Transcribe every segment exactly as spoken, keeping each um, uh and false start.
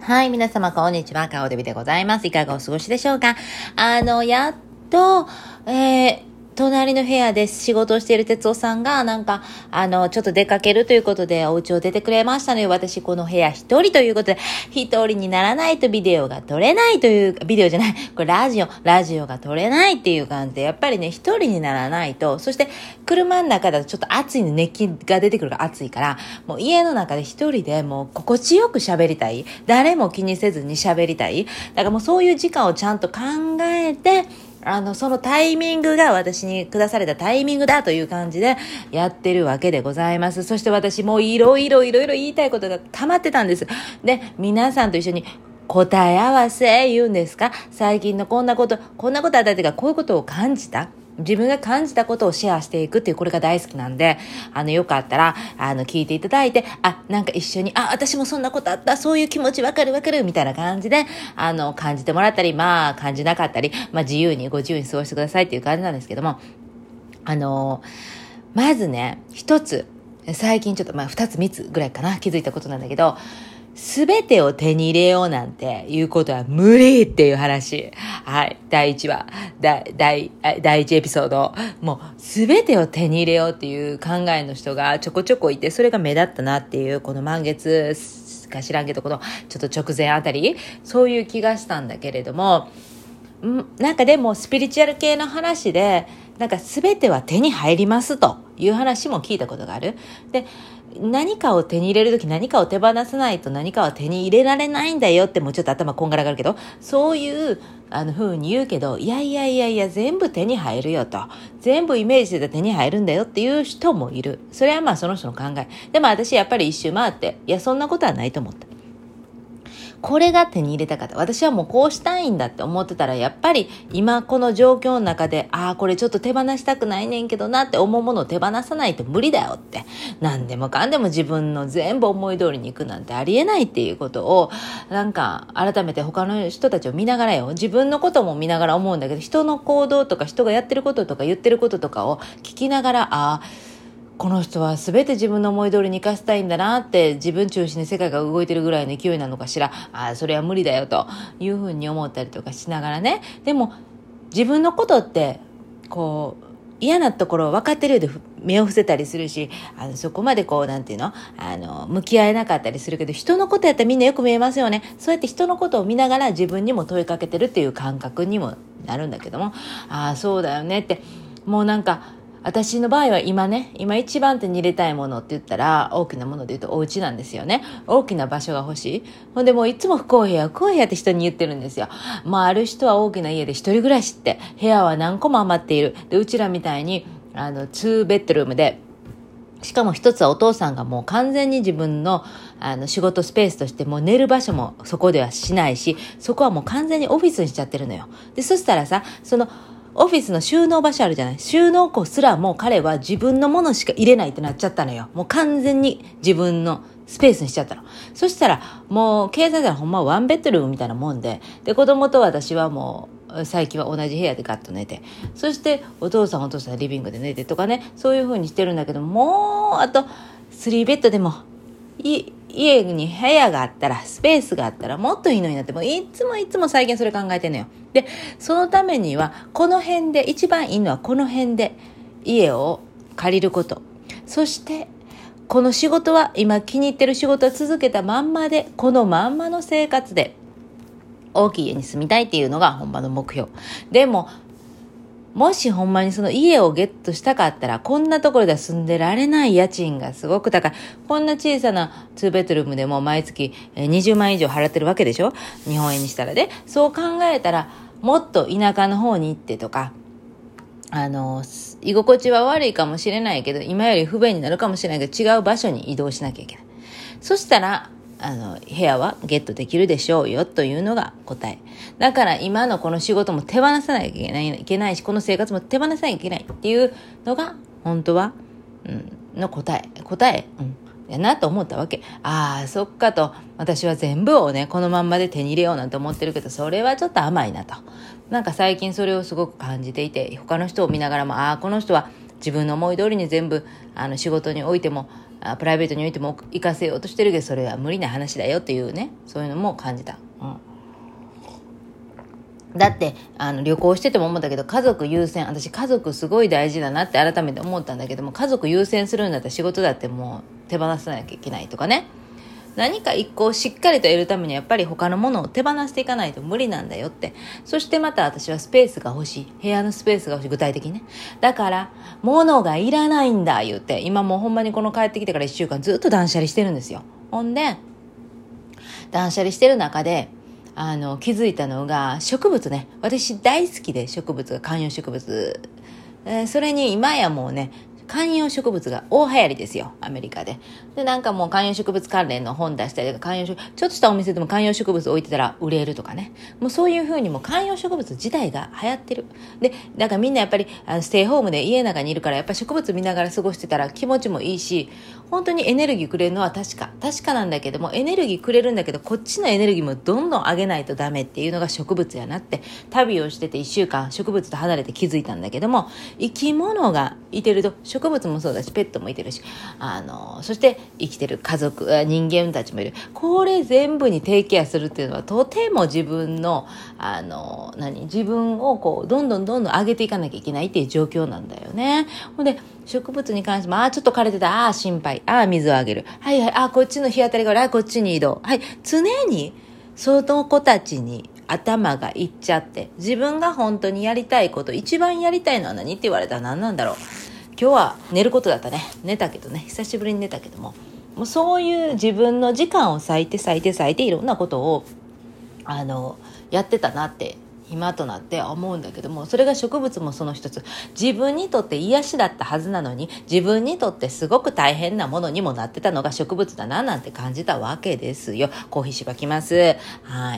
はい、皆様こんにちは、かおでびでございます。いかがお過ごしでしょうか。あの、やっと、えー、隣の部屋で仕事をしている哲夫さんが、なんか、あの、ちょっと出かけるということで、お家を出てくれましたので、私この部屋一人ということで、一人にならないとビデオが撮れないという、ビデオじゃない、これラジオ、ラジオが撮れないっていう感じで、やっぱりね、一人にならないと、そして、車の中だとちょっと暑いの、熱気が出てくるから暑いから、もう家の中で一人でもう心地よく喋りたい。誰も気にせずに喋りたい。だからもうそういう時間をちゃんと考えて、あの、そのタイミングが私に下されたタイミングだという感じでやってるわけでございます。そして私もいろいろいろいろ言いたいことが溜まってたんです。で、皆さんと一緒に答え合わせ言うんですか？最近のこんなこと、こんなことあったりとか、こういうことを感じた？自分が感じたことをシェアしていくっていう、これが大好きなんで、あの、よかったら、あの、聞いていただいて、あ、なんか一緒に、あ、私もそんなことあった、そういう気持ちわかるわかる、みたいな感じで、あの、感じてもらったり、まあ、感じなかったり、まあ、自由に、ご自由に過ごしてくださいっていう感じなんですけども、あの、まずね、一つ、最近ちょっと、まあ、二つ三つぐらいかな、気づいたことなんだけど、すべてを手に入れようなんていうことは無理っていう話。はい。だいいちわ、だ第、第いちエピソード。もうすべてを手に入れようっていう考えの人がちょこちょこいて、それが目立ったなっていう、この満月か知らんけど、このちょっと直前あたり、そういう気がしたんだけれども、なんかでもスピリチュアル系の話で、なんか全ては手に入りますという話も聞いたことがある。で、何かを手に入れるとき何かを手放さないと何かは手に入れられないんだよって、もうちょっと頭こんがらがるけど、そういうあの風に言うけど、いやいやいやいや全部手に入るよと、全部イメージで手に入るんだよっていう人もいる。それはまあその人の考え。でも私やっぱり一周回って、いやそんなことはないと思った。これが手に入れたかった。私はもうこうしたいんだって思ってたら、やっぱり今この状況の中で、ああ、これちょっと手放したくないねんけどなって思うものを手放さないと無理だよって。何でもかんでも自分の全部思い通りに行くなんてありえないっていうことを、なんか改めて他の人たちを見ながらよ。自分のことも見ながら思うんだけど、人の行動とか人がやってることとか言ってることとかを聞きながら、ああ、この人は全て自分の思い通りに生かしたいんだなって、自分中心に世界が動いてるぐらいの勢いなのかしら、ああそれは無理だよというふうに思ったりとかしながらね。でも自分のことってこう嫌なところを分かってるようで目を伏せたりするし、あのそこまでこうなんていうのあの向き合えなかったりするけど、人のことやったらみんなよく見えますよね。そうやって人のことを見ながら自分にも問いかけてるっていう感覚にもなるんだけども、ああそうだよねって、もうなんか私の場合は今ね、今一番手に入れたいものって言ったら、大きなもので言うとお家なんですよね。大きな場所が欲しい。ほんでもういつも不公平や不公平やって人に言ってるんですよ。まあある人は大きな家で一人暮らしって、部屋は何個も余っている。で、うちらみたいに、あの、ツーベッドルームで、しかも一つはお父さんがもう完全に自分のあの仕事スペースとしてもう寝る場所もそこではしないし、そこはもう完全にオフィスにしちゃってるのよ。で、そしたらさ、その、オフィスの収納場所あるじゃない。収納庫すらもう彼は自分のものしか入れないってなっちゃったのよ。もう完全に自分のスペースにしちゃったの。そしたらもう計算したらほんまワンベッドルームみたいなもんで、で子供と私はもう最近は同じ部屋でガッと寝て、そしてお父さんお父さんリビングで寝てとかね、そういう風にしてるんだけど、もうあとスリーベッドでもいい家に部屋があったら、スペースがあったらもっといいのになって、もういつもいつも最近それ考えてんのよ。で、そのためにはこの辺で一番いいのはこの辺で家を借りること。そしてこの仕事は今気に入ってる仕事を続けたまんまで、このまんまの生活で大きい家に住みたいっていうのが本場の目標。でももしほんまにその家をゲットしたかったら、こんなところでは住んでられない家賃がすごく高い。こんな小さなツーベッドルームでも毎月にじゅうまん以上払ってるわけでしょ、日本円にしたらね。そう考えたら、もっと田舎の方に行ってとか、あの、居心地は悪いかもしれないけど、今より不便になるかもしれないけど、違う場所に移動しなきゃいけない。そしたら、あの部屋はゲットできるでしょうよというのが答え。だから今のこの仕事も手放さなきゃいけない、いけないし、この生活も手放さなきゃいけないっていうのが本当は、うん、の答え答え、うんやなと思ったわけ。ああそっかと、私は全部をねこのまんまで手に入れようなんて思ってるけど、それはちょっと甘いなと、なんか最近それをすごく感じていて、他の人を見ながらも、ああこの人は自分の思い通りに全部あの仕事においてもあプライベートにおいても活かせようとしてるけど、それは無理な話だよっていうね、そういうのも感じた。うんだってあの旅行してても思ったけど、家族優先、私家族すごい大事だなって改めて思ったんだけども、家族優先するんだったら仕事だってもう手放さなきゃいけないとかね、何か一個しっかりと得るためにやっぱり他のものを手放していかないと無理なんだよって。そしてまた私はスペースが欲しい、部屋のスペースが欲しい、具体的にね。だから物がいらないんだ言って、今もうほんまにこの帰ってきてからいっしゅうかんずっと断捨離してるんですよ。ほんで断捨離してる中であの気づいたのが、植物ね。私大好きで、植物が観葉植物、えー、それに今やもうね、観葉植物が大流行りですよ、アメリカで。で、なんかもう観葉植物関連の本出したりとか、観葉植物、ちょっとしたお店でも観葉植物置いてたら売れるとかね。もうそういう風にもう観葉植物自体が流行ってる。で、だからみんなやっぱりあのステイホームで家の中にいるから、やっぱり植物見ながら過ごしてたら気持ちもいいし、本当にエネルギーくれるのは確か。確かなんだけども、エネルギーくれるんだけど、こっちのエネルギーもどんどん上げないとダメっていうのが植物やなって、旅をしてていっしゅうかん植物と離れて気づいたんだけども、生き物がいてると、植物もそうだし、ペットもいてるし、あの、そして生きてる家族、人間たちもいる。これ全部にテイケアするっていうのは、とても自分の、あの、何、自分をこう、どんどんどんどん上げていかなきゃいけないっていう状況なんだよね。ほんで、植物に関しても、ああ、ちょっと枯れてた、ああ、心配、ああ、水をあげる。はいはい、ああ、こっちの日当たりが悪い、ああ、こっちに移動。はい、常に、その子たちに頭がいっちゃって、自分が本当にやりたいこと、一番やりたいのは何って言われたら何なんだろう。今日は寝ることだったね。寝たけどね、久しぶりに寝たけども、もうそういう自分の時間を割いて割いて割いていろんなことをあのやってたなって今となって思うんだけども、それが植物もその一つ。自分にとって癒しだったはずなのに、自分にとってすごく大変なものにもなってたのが植物だななんて感じたわけですよ。コーヒーしばきます。はい。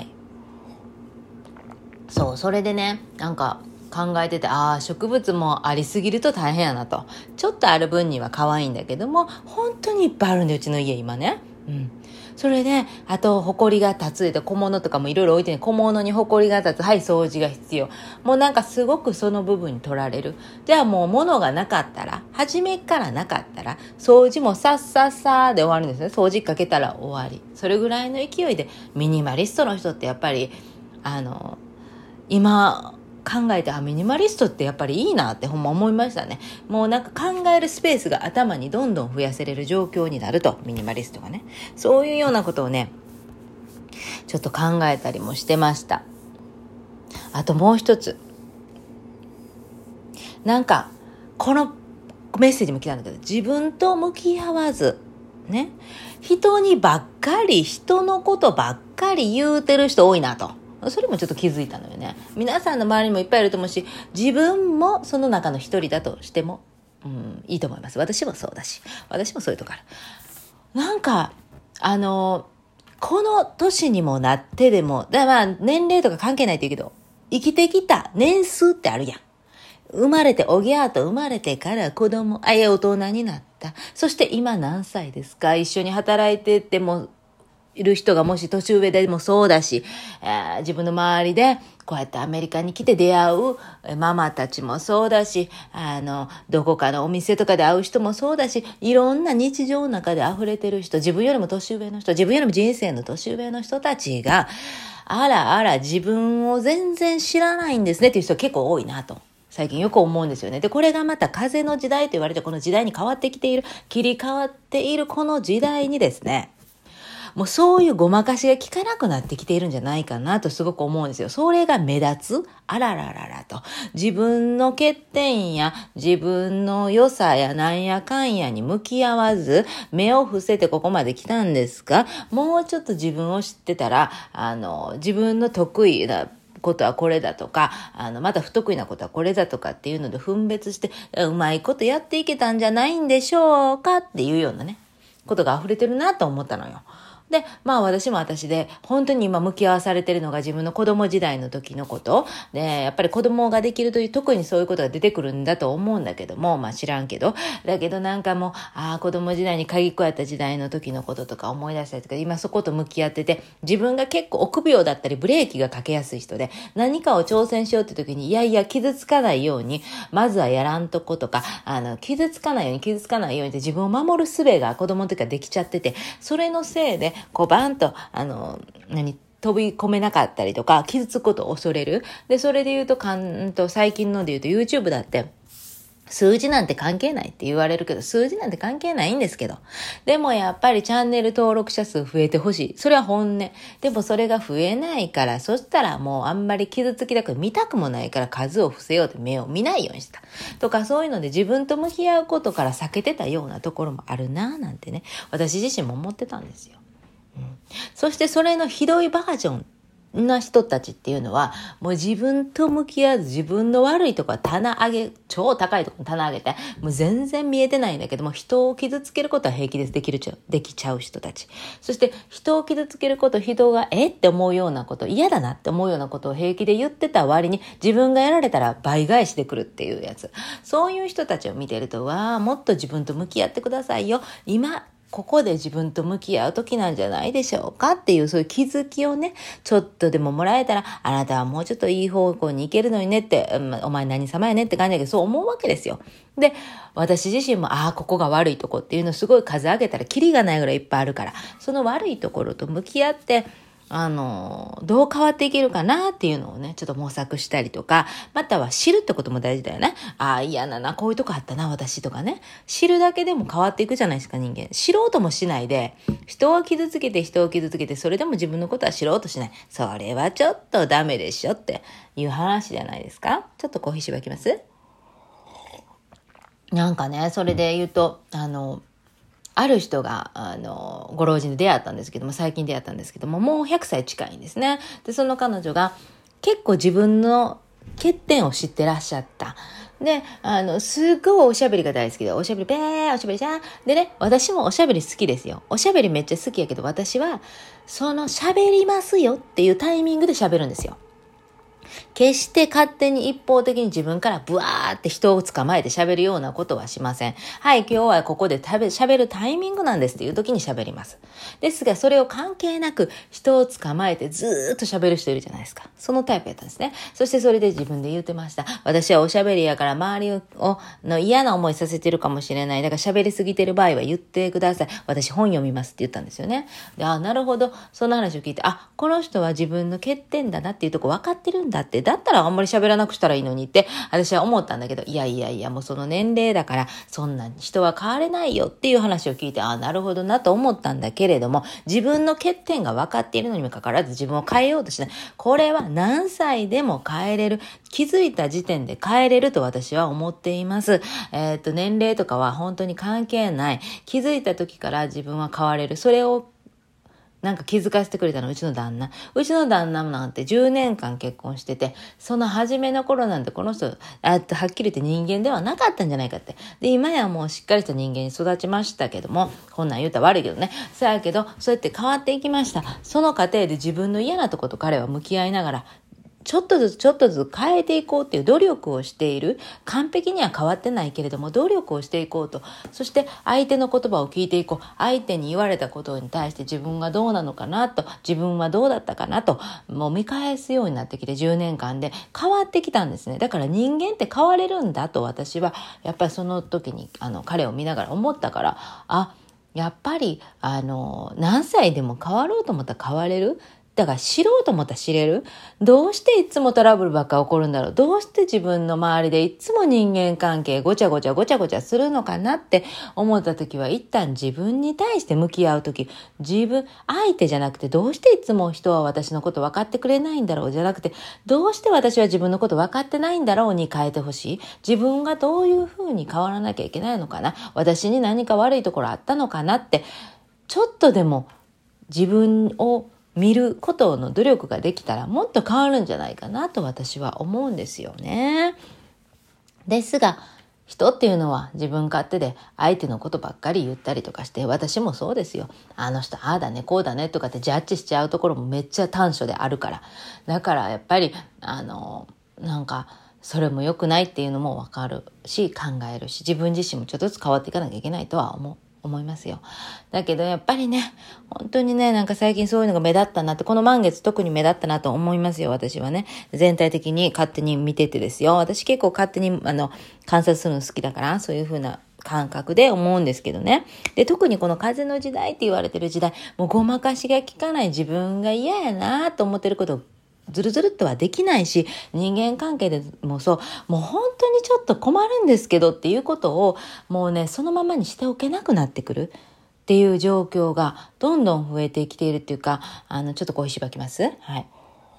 そう、それでね、なんか考えてて、ああ、植物もありすぎると大変やなと。ちょっとある分には可愛いんだけども、本当にいっぱいあるんで、うちの家今ね。うん。それで、あと、埃が立つで、小物とかもいろいろ置いてね、小物に埃が立つ。はい、掃除が必要。もうなんかすごくその部分に取られる。じゃあもう物がなかったら、初めからなかったら、掃除もさっさっさで終わるんですね。掃除かけたら終わり。それぐらいの勢いで、ミニマリストの人ってやっぱり、あの、今、考えて、あ、ミニマリストってやっぱりいいなってほんま思いましたね。もうなんか考えるスペースが頭にどんどん増やせれる状況になると、ミニマリストがね。そういうようなことをね、ちょっと考えたりもしてました。あともう一つ。なんか、このメッセージも来たんだけど、自分と向き合わず、ね、人にばっかり、人のことばっかり言うてる人多いなと。それもちょっと気づいたのよね。皆さんの周りにもいっぱいいると思うし、自分もその中の一人だとしても、うん、いいと思います。私もそうだし、私もそういうとこある。なんか、あの、この年にもなってでも、だからまあ年齢とか関係ないって言うけど、生きてきた年数ってあるやん。生まれて、おぎゃーと生まれてから子供、あ、いや大人になった。そして今何歳ですか？一緒に働いてても、いる人がもし年上でもそうだし、えー、自分の周りでこうやってアメリカに来て出会うママたちもそうだし、あの、どこかのお店とかで会う人もそうだし、いろんな日常の中で溢れてる人、自分よりも年上の人、自分よりも人生の年上の人たちが、あらあら自分を全然知らないんですねっていう人結構多いなと。最近よく思うんですよね。で、これがまた風の時代と言われて、この時代に変わってきている、切り替わっているこの時代にですね、もうそういうごまかしが効かなくなってきているんじゃないかなとすごく思うんですよ。それが目立つ、あららららと。自分の欠点や自分の良さやなんやかんやに向き合わず、目を伏せてここまで来たんですが、もうちょっと自分を知ってたら、あの、自分の得意なことはこれだとか、あの、また不得意なことはこれだとかっていうので分別して、うまいことやっていけたんじゃないんでしょうかっていうようなね、ことが溢れてるなと思ったのよ。 で、まあ私も私で、本当に今向き合わされてるのが自分の子供時代の時のこと。で、やっぱり子供ができるという、特にそういうことが出てくるんだと思うんだけども、まあ知らんけど。だけどなんかもう、ああ、子供時代に鍵っ子やった時代の時のこととか思い出したりとか、今そこと向き合ってて、自分が結構臆病だったり、ブレーキがかけやすい人で、何かを挑戦しようって時に、いやいや、傷つかないように、まずはやらんとことか、あの、傷つかないように、傷つかないようにって自分を守る術が子供の時からできちゃってて、それのせいで、こうバンと、あの、何、飛び込めなかったりとか、傷つくことを恐れる。で、それで言うと、かんと、最近ので言うと YouTube だって、数字なんて関係ないって言われるけど、数字なんて関係ないんですけど。でもやっぱりチャンネル登録者数増えてほしい。それは本音。でもそれが増えないから、そしたらもうあんまり傷つきたく見たくもないから数を伏せようって目を見ないようにした。とかそういうので自分と向き合うことから避けてたようなところもあるなぁなんてね、私自身も思ってたんですよ。うん、そしてそれのひどいバージョンな人たちっていうのは、もう自分と向き合わず自分の悪いところは棚上げ、超高いところに棚上げて、もう全然見えてないんだけども、人を傷つけることは平気ですできるちゃう、できちゃう人たち。そして人を傷つけること、人がえって思うようなこと、嫌だなって思うようなことを平気で言ってた割に、自分がやられたら倍返しでくるっていうやつ。そういう人たちを見てると、わあ、もっと自分と向き合ってくださいよ。今、ここで自分と向き合う時なんじゃないでしょうかっていう、そういう気づきをね、ちょっとでももらえたら、あなたはもうちょっといい方向に行けるのにねって、うん、お前何様やねって感じだけど、そう思うわけですよ。で、私自身も、ああ、ここが悪いとこっていうのをすごい数上げたら、キリがないぐらいいっぱいあるから、その悪いところと向き合って、あの、どう変わっていけるかなっていうのをね、ちょっと模索したりとか、または知るってことも大事だよね。ああ、嫌だな、こういうとこあったな、私とかね。知るだけでも変わっていくじゃないですか、人間。知ろうともしないで、人を傷つけて人を傷つけて、それでも自分のことは知ろうとしない。それはちょっとダメでしょっていう話じゃないですか。ちょっとコーヒーしばきます？なんかね、それで言うと、あの、ある人が、あの、ご老人で出会ったんですけども、最近出会ったんですけども、もうひゃくさい近いんですね。で、その彼女が結構自分の欠点を知ってらっしゃった。で、あの、すごいおしゃべりが大好きで、おしゃべりべー、おしゃべりじゃー。でね、私もおしゃべり好きですよ。おしゃべりめっちゃ好きやけど、私は、その喋りますよっていうタイミングで喋るんですよ。決して勝手に一方的に自分からブワーって人を捕まえて喋るようなことはしません。はい、今日はここで喋るタイミングなんですっていう時に喋ります。ですが、それを関係なく人を捕まえてずーっと喋る人いるじゃないですか。そのタイプやったんですね。そしてそれで自分で言ってました。私はおしゃべりやから周りをの嫌な思いさせてるかもしれない。だから喋りすぎてる場合は言ってください。私本読みますって言ったんですよね。で、あ、なるほど。その話を聞いて、あ、この人は自分の欠点だなっていうとこ分かってるんだって。だったらあんまり喋らなくしたらいいのにって私は思ったんだけど、いやいやいや、もうその年齢だからそんな人は変われないよっていう話を聞いて、ああ、なるほどなと思ったんだけれども、自分の欠点が分かっているのにもかかわらず自分を変えようとしない。これは何歳でも変えれる。気づいた時点で変えれると私は思っています。えっと、年齢とかは本当に関係ない。気づいた時から自分は変われる。それをなんか気づかせてくれたのうちの旦那。うちの旦那なんてじゅうねんかん結婚してて、その初めの頃なんてこの人、あっとはっきり言って人間ではなかったんじゃないかって。で、今やもうしっかりした人間に育ちましたけども、こんなん言うたら悪いけどね。そうやけど、そうやって変わっていきました。その過程で自分の嫌なとこと彼は向き合いながら、ちょっとずつちょっとずつ変えていこうっていう努力をしている。完璧には変わってないけれども努力をしていこうと。そして相手の言葉を聞いていこう。相手に言われたことに対して自分がどうなのかなと、自分はどうだったかなと、もう見返すようになってきてじゅうねんかんで変わってきたんですね。だから人間って変われるんだと私はやっぱりその時にあの彼を見ながら思ったから、あ、やっぱりあの何歳でも変わろうと思ったら変われる。だから知ろうと思ったら知れる。どうしていつもトラブルばっか起こるんだろう。どうして自分の周りでいつも人間関係ごちゃごちゃごちゃごちゃするのかなって思った時は、一旦自分に対して向き合う時、自分、相手じゃなくてどうしていつも人は私のこと分かってくれないんだろうじゃなくて、どうして私は自分のこと分かってないんだろうに変えてほしい。自分がどういうふうに変わらなきゃいけないのかな。私に何か悪いところあったのかなって、ちょっとでも自分を見ることの努力ができたらもっと変わるんじゃないかなと私は思うんですよね。ですが、 人っていうのは自分勝手で相手のことばっかり言ったりとかして、私もそうですよ。あの人ああだねこうだねとかってジャッジしちゃうところもめっちゃ短所であるから。だからやっぱりあのなんかそれも良くないっていうのも分かるし、考えるし、自分自身もちょっとずつ変わっていかなきゃいけないとは思う。思いますよ。だけどやっぱりね、本当にね、なんか最近そういうのが目立ったなって、この満月特に目立ったなと思いますよ、私はね。全体的に勝手に見ててですよ。私結構勝手にあの観察するの好きだから、そういう風な感覚で思うんですけどね。で、特にこの風の時代って言われてる時代、もうごまかしが効かない自分が嫌やなと思ってることをずるずるっとはできないし、人間関係でもそう、もう本当にちょっと困るんですけどっていうことをもうね、そのままにしておけなくなってくるっていう状況がどんどん増えてきているっていうか、あのちょっとコーヒーしばきます。はい。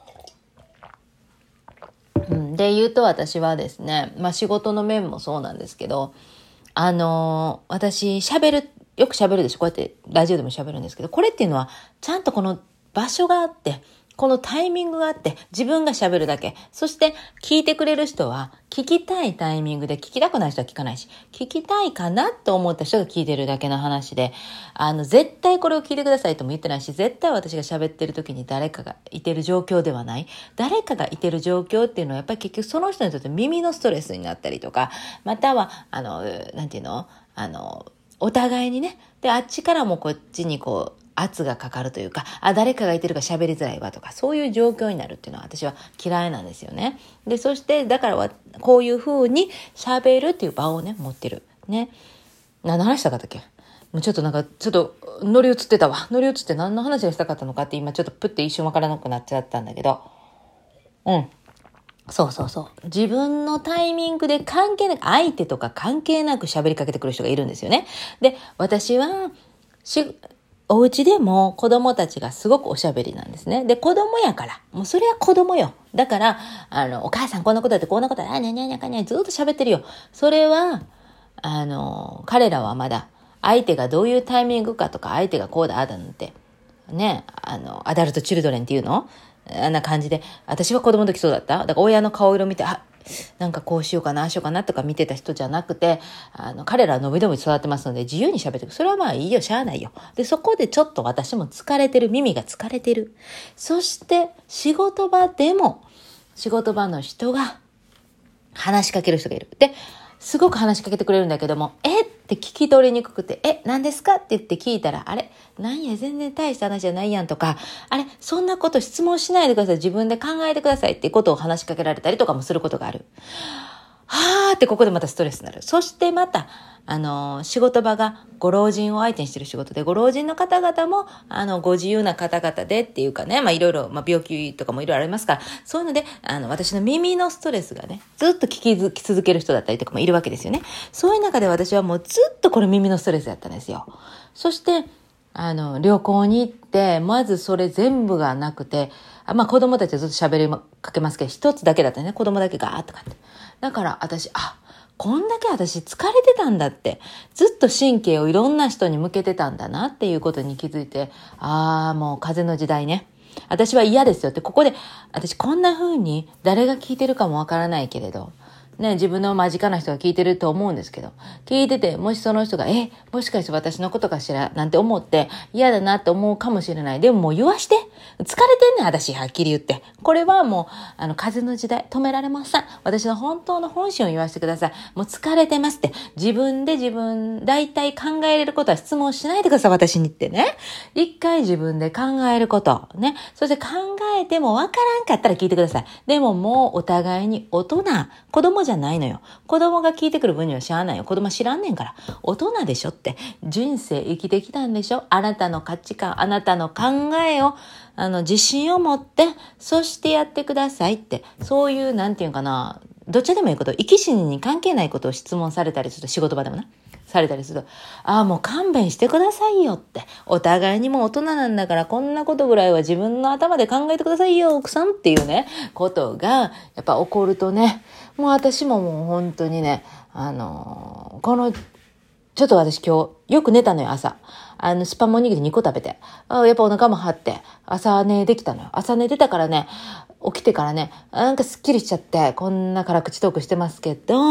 うん、で言うと私はですね、まあ仕事の面もそうなんですけど、あのー、私喋る、よく喋るでしょ。こうやってラジオでも喋るんですけど、これっていうのはちゃんとこの場所があって、このタイミングがあって、自分が喋るだけ。そして聞いてくれる人は聞きたいタイミングで、聞きたくない人は聞かないし、聞きたいかなと思った人が聞いてるだけの話で、あの絶対これを聞いてくださいとも言ってないし、絶対私が喋ってる時に誰かがいてる状況ではない。誰かがいてる状況っていうのはやっぱり結局その人にとって耳のストレスになったりとか、またはあのなんていうの、あのお互いにね、であっちからもこっちにこう圧がかかるというか、あ、誰かがいてるから喋りづらいわとか、そういう状況になるっていうのは私は嫌いなんですよね。で、そしてだからはこういう風に喋るっていう場をね持ってるね。何の話したかったっけ？もうちょっとなんかちょっと乗り移ってたわ。乗り移って何の話がしたかったのかって今ちょっとプッて一瞬わからなくなっちゃったんだけど、うん。そうそうそう。自分のタイミングで関係なく、相手とか関係なく喋りかけてくる人がいるんですよね。で、私はしお家でも子供たちがすごくおしゃべりなんですね。で、子供やから。もうそれは子供よ。だから、あの、お母さんこんなことやってこんなことやって、あ、にゃにゃにゃかにゃずっと喋ってるよ。それは、あの、彼らはまだ相手がどういうタイミングかとか、相手がこうだ、ああだなんて、ね、あの、アダルトチルドレンっていうのあんな感じで、私は子供の時そうだった。だから親の顔色見て、あ、なんかこうしようかな、ああしようかなとか見てた人じゃなくて、あの、彼らはのびのび育ってますので、自由に喋ってくる。それはまあいいよ、しゃあないよ。で、そこでちょっと私も疲れてる、耳が疲れてる。そして、仕事場でも、仕事場の人が話しかける人がいる。で、すごく話しかけてくれるんだけども、えって聞き取りにくくて、え、何ですかって言って聞いたら、あれなんや、全然大した話じゃないやんとか、あれそんなこと質問しないでください。自分で考えてくださいっていうことを話しかけられたりとかもすることがある。はーってここでまたストレスになる。そしてまた、あの、仕事場がご老人を相手にしてる仕事で、ご老人の方々も、あの、ご自由な方々でっていうかね、まあいろいろ、まあ病気とかもいろいろありますから、そういうので、あの、私の耳のストレスがね、ずっと聞き続ける人だったりとかもいるわけですよね。そういう中で私はもうずっとこれ耳のストレスだったんですよ。そして、あの、旅行に行って、まずそれ全部がなくて、あまあ子供たちはずっと喋りかけますけど、一つだけだったね。子供だけガーッとかって。だから私、あ、こんだけ私疲れてたんだって、ずっと神経をいろんな人に向けてたんだなっていうことに気づいて、ああ、もう風の時代ね。私は嫌ですよって、ここで、私こんな風に誰が聞いてるかもわからないけれど、ね、自分の間近な人が聞いてると思うんですけど、聞いてて、もしその人が、え、もしかして私のことかしらなんて思って嫌だなって思うかもしれない。でももう言わして。疲れてんねん、私、はっきり言って。これはもう、あの、風の時代、止められません。私の本当の本心を言わせてください。もう疲れてますって。自分で自分、大体考えれることは質問しないでください、私にってね。一回自分で考えること。ね。そして考えてもわからんかったら聞いてください。でももうお互いに大人、子供じゃないのよ。子供が聞いてくる分にはしゃあないよ。子供は知らんねんから。大人でしょって。人生生きてきたんでしょ。あなたの価値観、あなたの考えを、あの、自信を持って、そしてやってくださいって。そういう、なんていうかな、どっちでもいいこと、生き死にに関係ないことを質問されたりすると、仕事場でもな。されたりすると、ああ、もう勘弁してくださいよって。お互いにもう大人なんだから、こんなことぐらいは自分の頭で考えてくださいよ、奥さんっていうね、ことが、やっぱ起こるとね、もう私ももう本当にね、あのー、この、ちょっと私今日、よく寝たのよ、朝。あの、スパムおにぎりにこ食べて。あやっぱお腹も張って、朝寝できたのよ。朝寝出たからね、起きてからね、なんかスッキリしちゃって、こんな辛口トークしてますけど、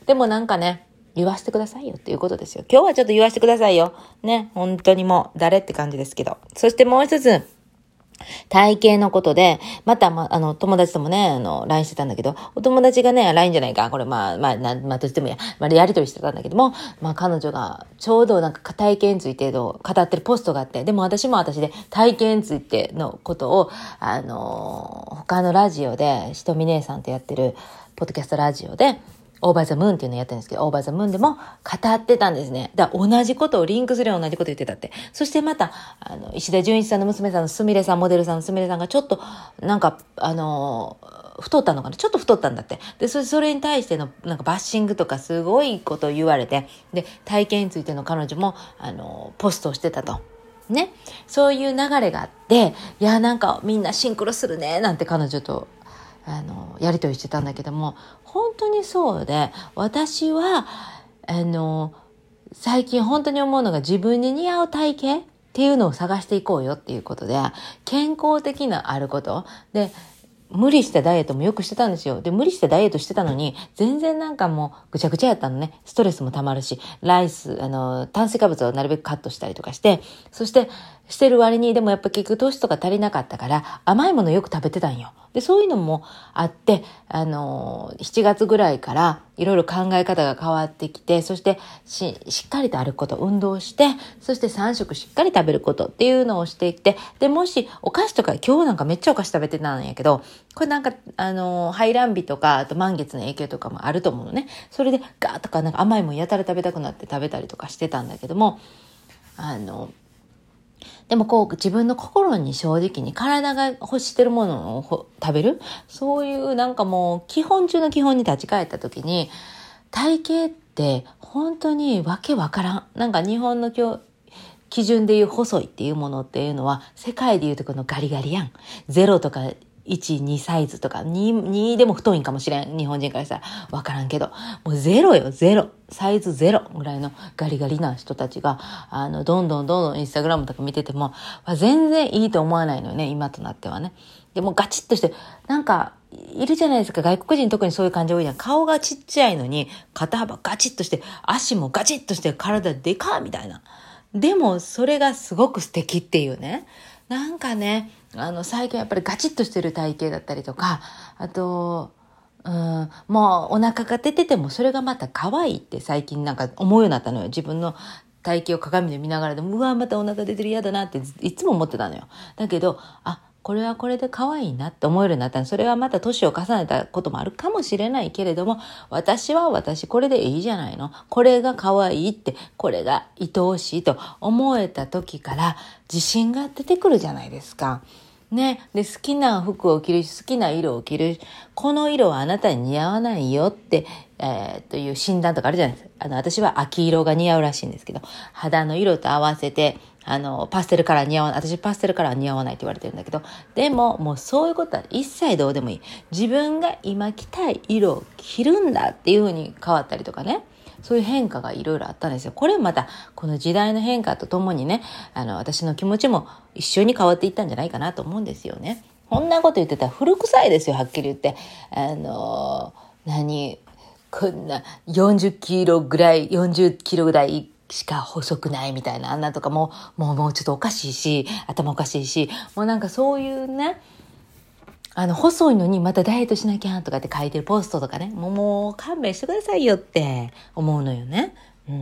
でもなんかね、言わせてくださいよっていうことですよ。今日はちょっと言わせてくださいよ。ね、本当にもう誰って感じですけど。そしてもう一つ、体型のことで、また、ま、あの、友達ともね、あの、ライン してたんだけど、お友達がね、ライン じゃないか、これ、まあ、まあ、なまあ、どうしてもや、まあ、やりとりしてたんだけども、まあ、彼女が、ちょうどなんか体型についての語ってるポストがあって、でも私も私で体型についてのことを、あの、他のラジオで、ひとみ姉さんとやってる、ポッドキャストラジオで、オーバーザムーンっていうのをやってるんですけど、オーバーザムーンでも語ってたんですね。だから同じことをリンクするような同じこと言ってたって。そしてまた、あの、石田純一さんの娘さんのすみれさん、モデルさんのすみれさんがちょっと、なんか、あの、太ったのかなちょっと太ったんだって。で、それ、それに対しての、なんかバッシングとかすごいことを言われて、で、体型についての彼女も、あの、ポストをしてたと。ね。そういう流れがあって、いや、なんかみんなシンクロするね、なんて彼女と、あの、やりとりしてたんだけども、本当にそうで、私は、あの、最近本当に思うのが自分に似合う体型っていうのを探していこうよっていうことで、健康的なあることで、無理したダイエットもよくしてたんですよ。で、無理したダイエットしてたのに、全然なんかもうぐちゃぐちゃやったのね。ストレスもたまるし、ライス、あの、炭水化物をなるべくカットしたりとかして、そして、してる割に、でもやっぱ結局糖質とか足りなかったから、甘いものよく食べてたんよ。で、そういうのもあって、あの、しちがつぐらいからいろいろ考え方が変わってきて、そしてし、しっかりと歩くこと、運動して、そしてさん食しっかり食べることっていうのをしていって、で、もしお菓子とか、今日なんかめっちゃお菓子食べてたんやけど、これなんか、あの、排卵日とか、あと満月の影響とかもあると思うのね。それでガーッとかなんか甘いもんやたら食べたくなって食べたりとかしてたんだけども、あの、でもこう自分の心に正直に体が欲してるものを食べる、そういうなんかもう基本中の基本に立ち返った時に、体型って本当にわけわからん。なんか日本の今日基準でいう細いっていうものっていうのは世界でいうとこのガリガリやん。ゼロとかいち、にサイズとか 2, 2でも太いんかもしれん。日本人からしたらわからんけど、もうゼロよ、ゼロ。サイズゼロぐらいのガリガリな人たちが、あの、どんどんどんどんインスタグラムとか見てても、全然いいと思わないのよね、今となってはね。でもガチッとして、なんか、いるじゃないですか、外国人特にそういう感じ多いじゃん。顔がちっちゃいのに、肩幅ガチッとして、足もガチッとして、体でかみたいな。でも、それがすごく素敵っていうね。なんかね、あの、最近やっぱりガチッとしてる体型だったりとか、あと、うん、もうお腹が出ててもそれがまた可愛いって最近なんか思うようになったのよ。自分の体型を鏡で見ながらでも、うわ、またお腹出てる嫌だなっていつも思ってたのよ。だけど、あ、これはこれで可愛いなって思えるようになったの。それはまた年を重ねたこともあるかもしれないけれども、私は私これでいいじゃないの。これが可愛いって、これが愛おしいと思えた時から自信が出てくるじゃないですか。ね。で、好きな服を着るし、好きな色を着るし、この色はあなたに似合わないよって、えー、という診断とかあるじゃないですか。あの、私は秋色が似合うらしいんですけど、肌の色と合わせて、あの、パステルカラー似合わない、私パステルカラー似合わないって言われてるんだけど、でも、もうそういうことは一切どうでもいい。自分が今着たい色を着るんだっていう風に変わったりとかね。そういう変化がいろいろあったんですよ。これまた、この時代の変化とともにね、あの、私の気持ちも一緒に変わっていったんじゃないかなと思うんですよね。こんなこと言ってたら古臭いですよ、はっきり言って。あの、何、こんなよんじゅっキロぐらい、よんじゅっキロぐらいしか細くないみたいな、あんなとかも、もう、もうちょっとおかしいし、頭おかしいし、もうなんかそういうね、あの、細いのにまたダイエットしなきゃとかって書いてるポストとかね、もう、もう勘弁してくださいよって思うのよね。うん。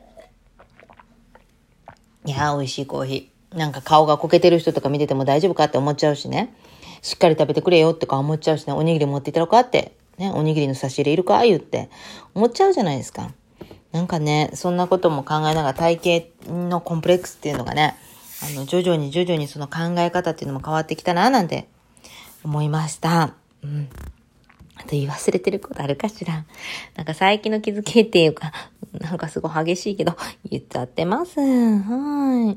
いやー、美味しいコーヒー。なんか顔がこけてる人とか見てても大丈夫かって思っちゃうしね。しっかり食べてくれよってか思っちゃうしね。おにぎり持っていったろかって。ね、おにぎりの差し入れいるか言って思っちゃうじゃないですか。なんかね、そんなことも考えながら体型のコンプレックスっていうのがね、あの、徐々に徐々にその考え方っていうのも変わってきたな、なんて思いました。うん。あと言い忘れてることあるかしら。なんか最近の気づきっていうか、なんかすごい激しいけど、言っちゃってます。はい。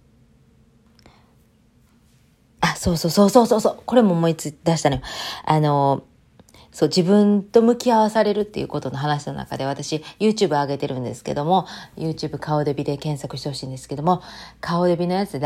あ、そうそうそうそうそうそう。これも思いつ出したのよ。あの、そう、自分と向き合わされるっていうことの話の中で私 YouTube 上げてるんですけども、YouTube 顔デビで検索してほしいんですけども、顔デビのやつで、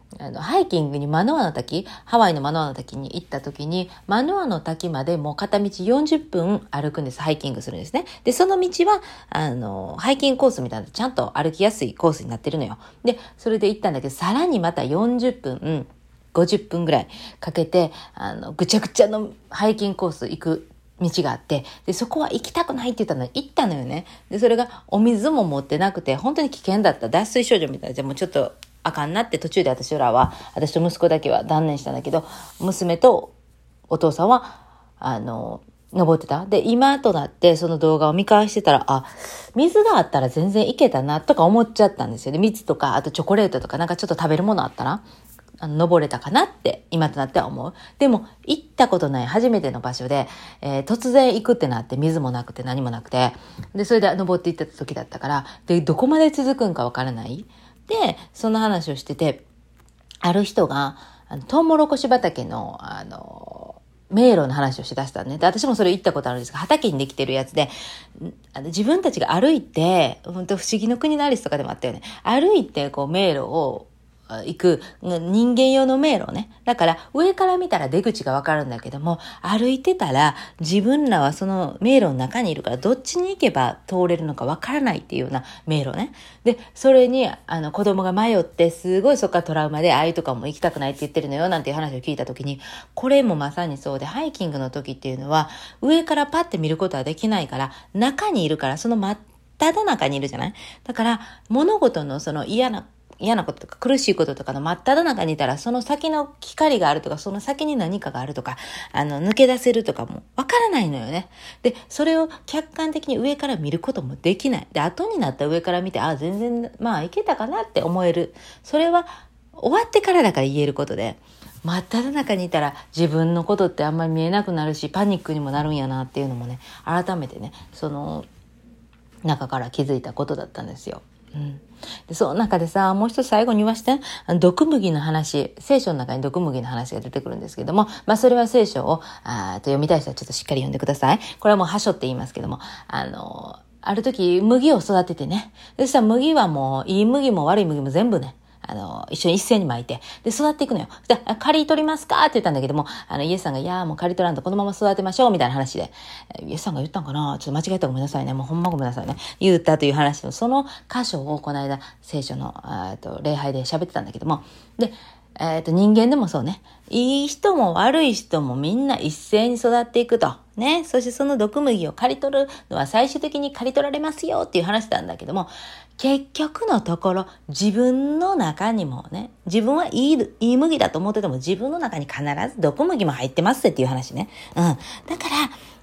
あの、ハイキングにマノアの滝、ハワイのマノアの滝に行った時に、マノアの滝までもう片道よんじゅっぷん歩くんです。ハイキングするんですね。で、その道は、あの、ハイキングコースみたいな、ちゃんと歩きやすいコースになってるのよ。で、それで行ったんだけど、さらにまたよんじゅっぷん、うん、ごじゅっぷんぐらいかけて、あの、ぐちゃぐちゃのハイキングコース行く道があって、で、そこは行きたくないって言ったのに行ったのよね。で、それがお水も持ってなくて、本当に危険だった。脱水症状みたいな、じゃもうちょっと、あかんなって途中で私らは、私と息子だけは断念したんだけど、娘とお父さんは、あの、登ってた。で、今となってその動画を見返してたら、あ、水があったら全然いけたなとか思っちゃったんですよね。水とか、あとチョコレートとかなんかちょっと食べるものあったら、あの登れたかなって今となっては思う。でも行ったことない初めての場所で、えー、突然行くってなって水もなくて何もなくて、でそれで登っていった時だったから、でどこまで続くんかわからない。でその話をしてて、ある人があのトウモロコシ畑のあの迷路の話をしだしたね。で、私もそれ行ったことあるんですが、畑にできてるやつで、あの自分たちが歩いて、本当不思議の国のアリスとかでもあったよね。歩いてこう迷路を行く人間用の迷路ね。だから上から見たら出口がわかるんだけども、歩いてたら自分らはその迷路の中にいるからどっちに行けば通れるのかわからないっていうような迷路ね。で、それにあの子供が迷ってすごいそっからトラウマでああいうとかも行きたくないって言ってるのよなんていう話を聞いたときに、これもまさにそうで、ハイキングの時っていうのは上からパッて見ることはできないから中にいるから、その真っただ中にいるじゃない。だから物事のその嫌な嫌なこととか苦しいこととかの真っ只中にいたら、その先の光があるとか、その先に何かがあるとか、あの、抜け出せるとかもわからないのよね。で、それを客観的に上から見ることもできない。で、後になった上から見て、あ、全然、まあ、いけたかなって思える。それは終わってからだから言えることで、真っ只中にいたら自分のことってあんまり見えなくなるし、パニックにもなるんやなっていうのもね、改めてね、その中から気づいたことだったんですよ。うん、でその中でさ、もう一つ最後に言わして、毒麦の話、聖書の中に毒麦の話が出てくるんですけども、まあそれは聖書をあと読みたい人はちょっとしっかり読んでください。これはもうはしょって言いますけども、あのある時麦を育ててね、そしたら麦はもういい麦も悪い麦も全部ね、あの、一緒に一斉に巻いて、で、育っていくのよ。で、刈り取りますかって言ったんだけども、あの、イエスさんが、いやーもう刈り取らんとこのまま育てましょう、みたいな話で、イエスさんが言ったんかな、ちょっと間違えたらごめんなさいね。もうほんまごめんなさいね。言ったという話の、その箇所をこの間、聖書の、あと礼拝で喋ってたんだけども、で、えっと、人間でもそうね。いい人も悪い人もみんな一斉に育っていくと。ね。そしてその毒麦を刈り取るのは最終的に刈り取られますよっていう話なんだけども、結局のところ自分の中にもね、自分はいい、いい麦だと思ってても自分の中に必ず毒麦も入ってますっていう話ね。うん。だから、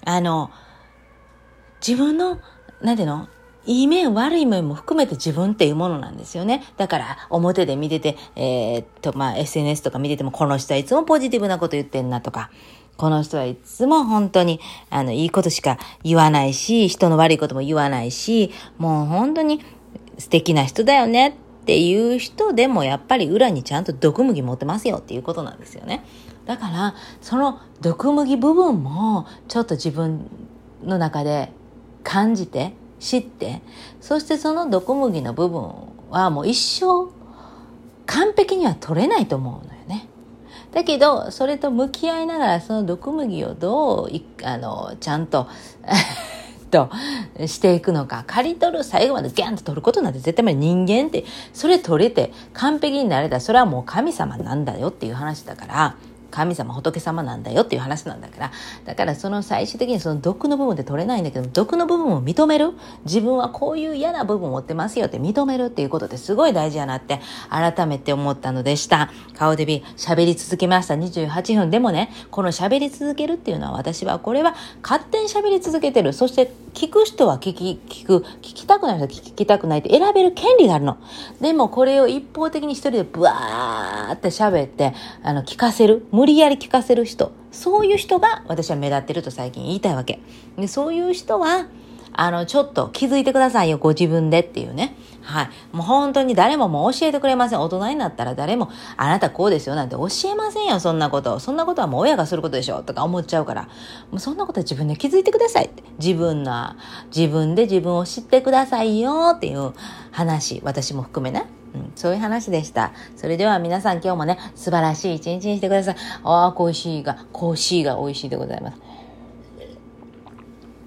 あの、自分の、なんていうの？いい面悪い面も含めて自分っていうものなんですよね。だから表で見てて、えー、っとまあ エスエヌエス とか見てても、この人はいつもポジティブなこと言ってんなとか、この人はいつも本当にあのいいことしか言わないし、人の悪いことも言わないし、もう本当に素敵な人だよねっていう人でもやっぱり裏にちゃんと毒麦持ってますよっていうことなんですよね。だからその毒麦部分もちょっと自分の中で感じて知って、そしてその毒麦の部分はもう一生完璧には取れないと思うのよね。だけどそれと向き合いながらその毒麦をどうあのちゃんととしていくのか、刈り取る、最後までギャンと取ることなんて絶対に人間ってそれ取れて完璧になれたらそれはもう神様なんだよっていう話だから、神様仏様なんだよっていう話なんだから、だからその最終的にその毒の部分で取れないんだけど、毒の部分を認める、自分はこういう嫌な部分を持ってますよって認めるっていうことってすごい大事やなって改めて思ったのでした。顔デビ喋り続けました。にじゅうはっぷんでもね、この喋り続けるっていうのは、私はこれは勝手に喋り続けてる。そして聞く人は聞き聞く、聞きたくない人は聞きたくないって選べる権利があるの。でもこれを一方的に一人でブワーって喋ってあの聞かせる、無理やり聞かせる人、そういう人が私は目立ってると最近言いたいわけで、そういう人はあのちょっと気づいてくださいよ、ご自分でっていうね。はい、もう本当に誰ももう教えてくれません。大人になったら誰もあなたこうですよなんて教えませんよ。そんなことそんなことはもう親がすることでしょとか思っちゃうから、もうそんなことは自分で気づいてくださいって、自分の自分で自分を知ってくださいよっていう話、私も含めね。 うん、そういう話でした。それでは皆さん今日もね、素晴らしい一日にしてください。ああ、コーヒーが、コーヒーが美味しいでございます。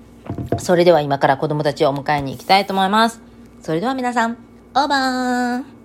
それでは今から子供たちをお迎えに行きたいと思います。それでは皆さん、オーバー。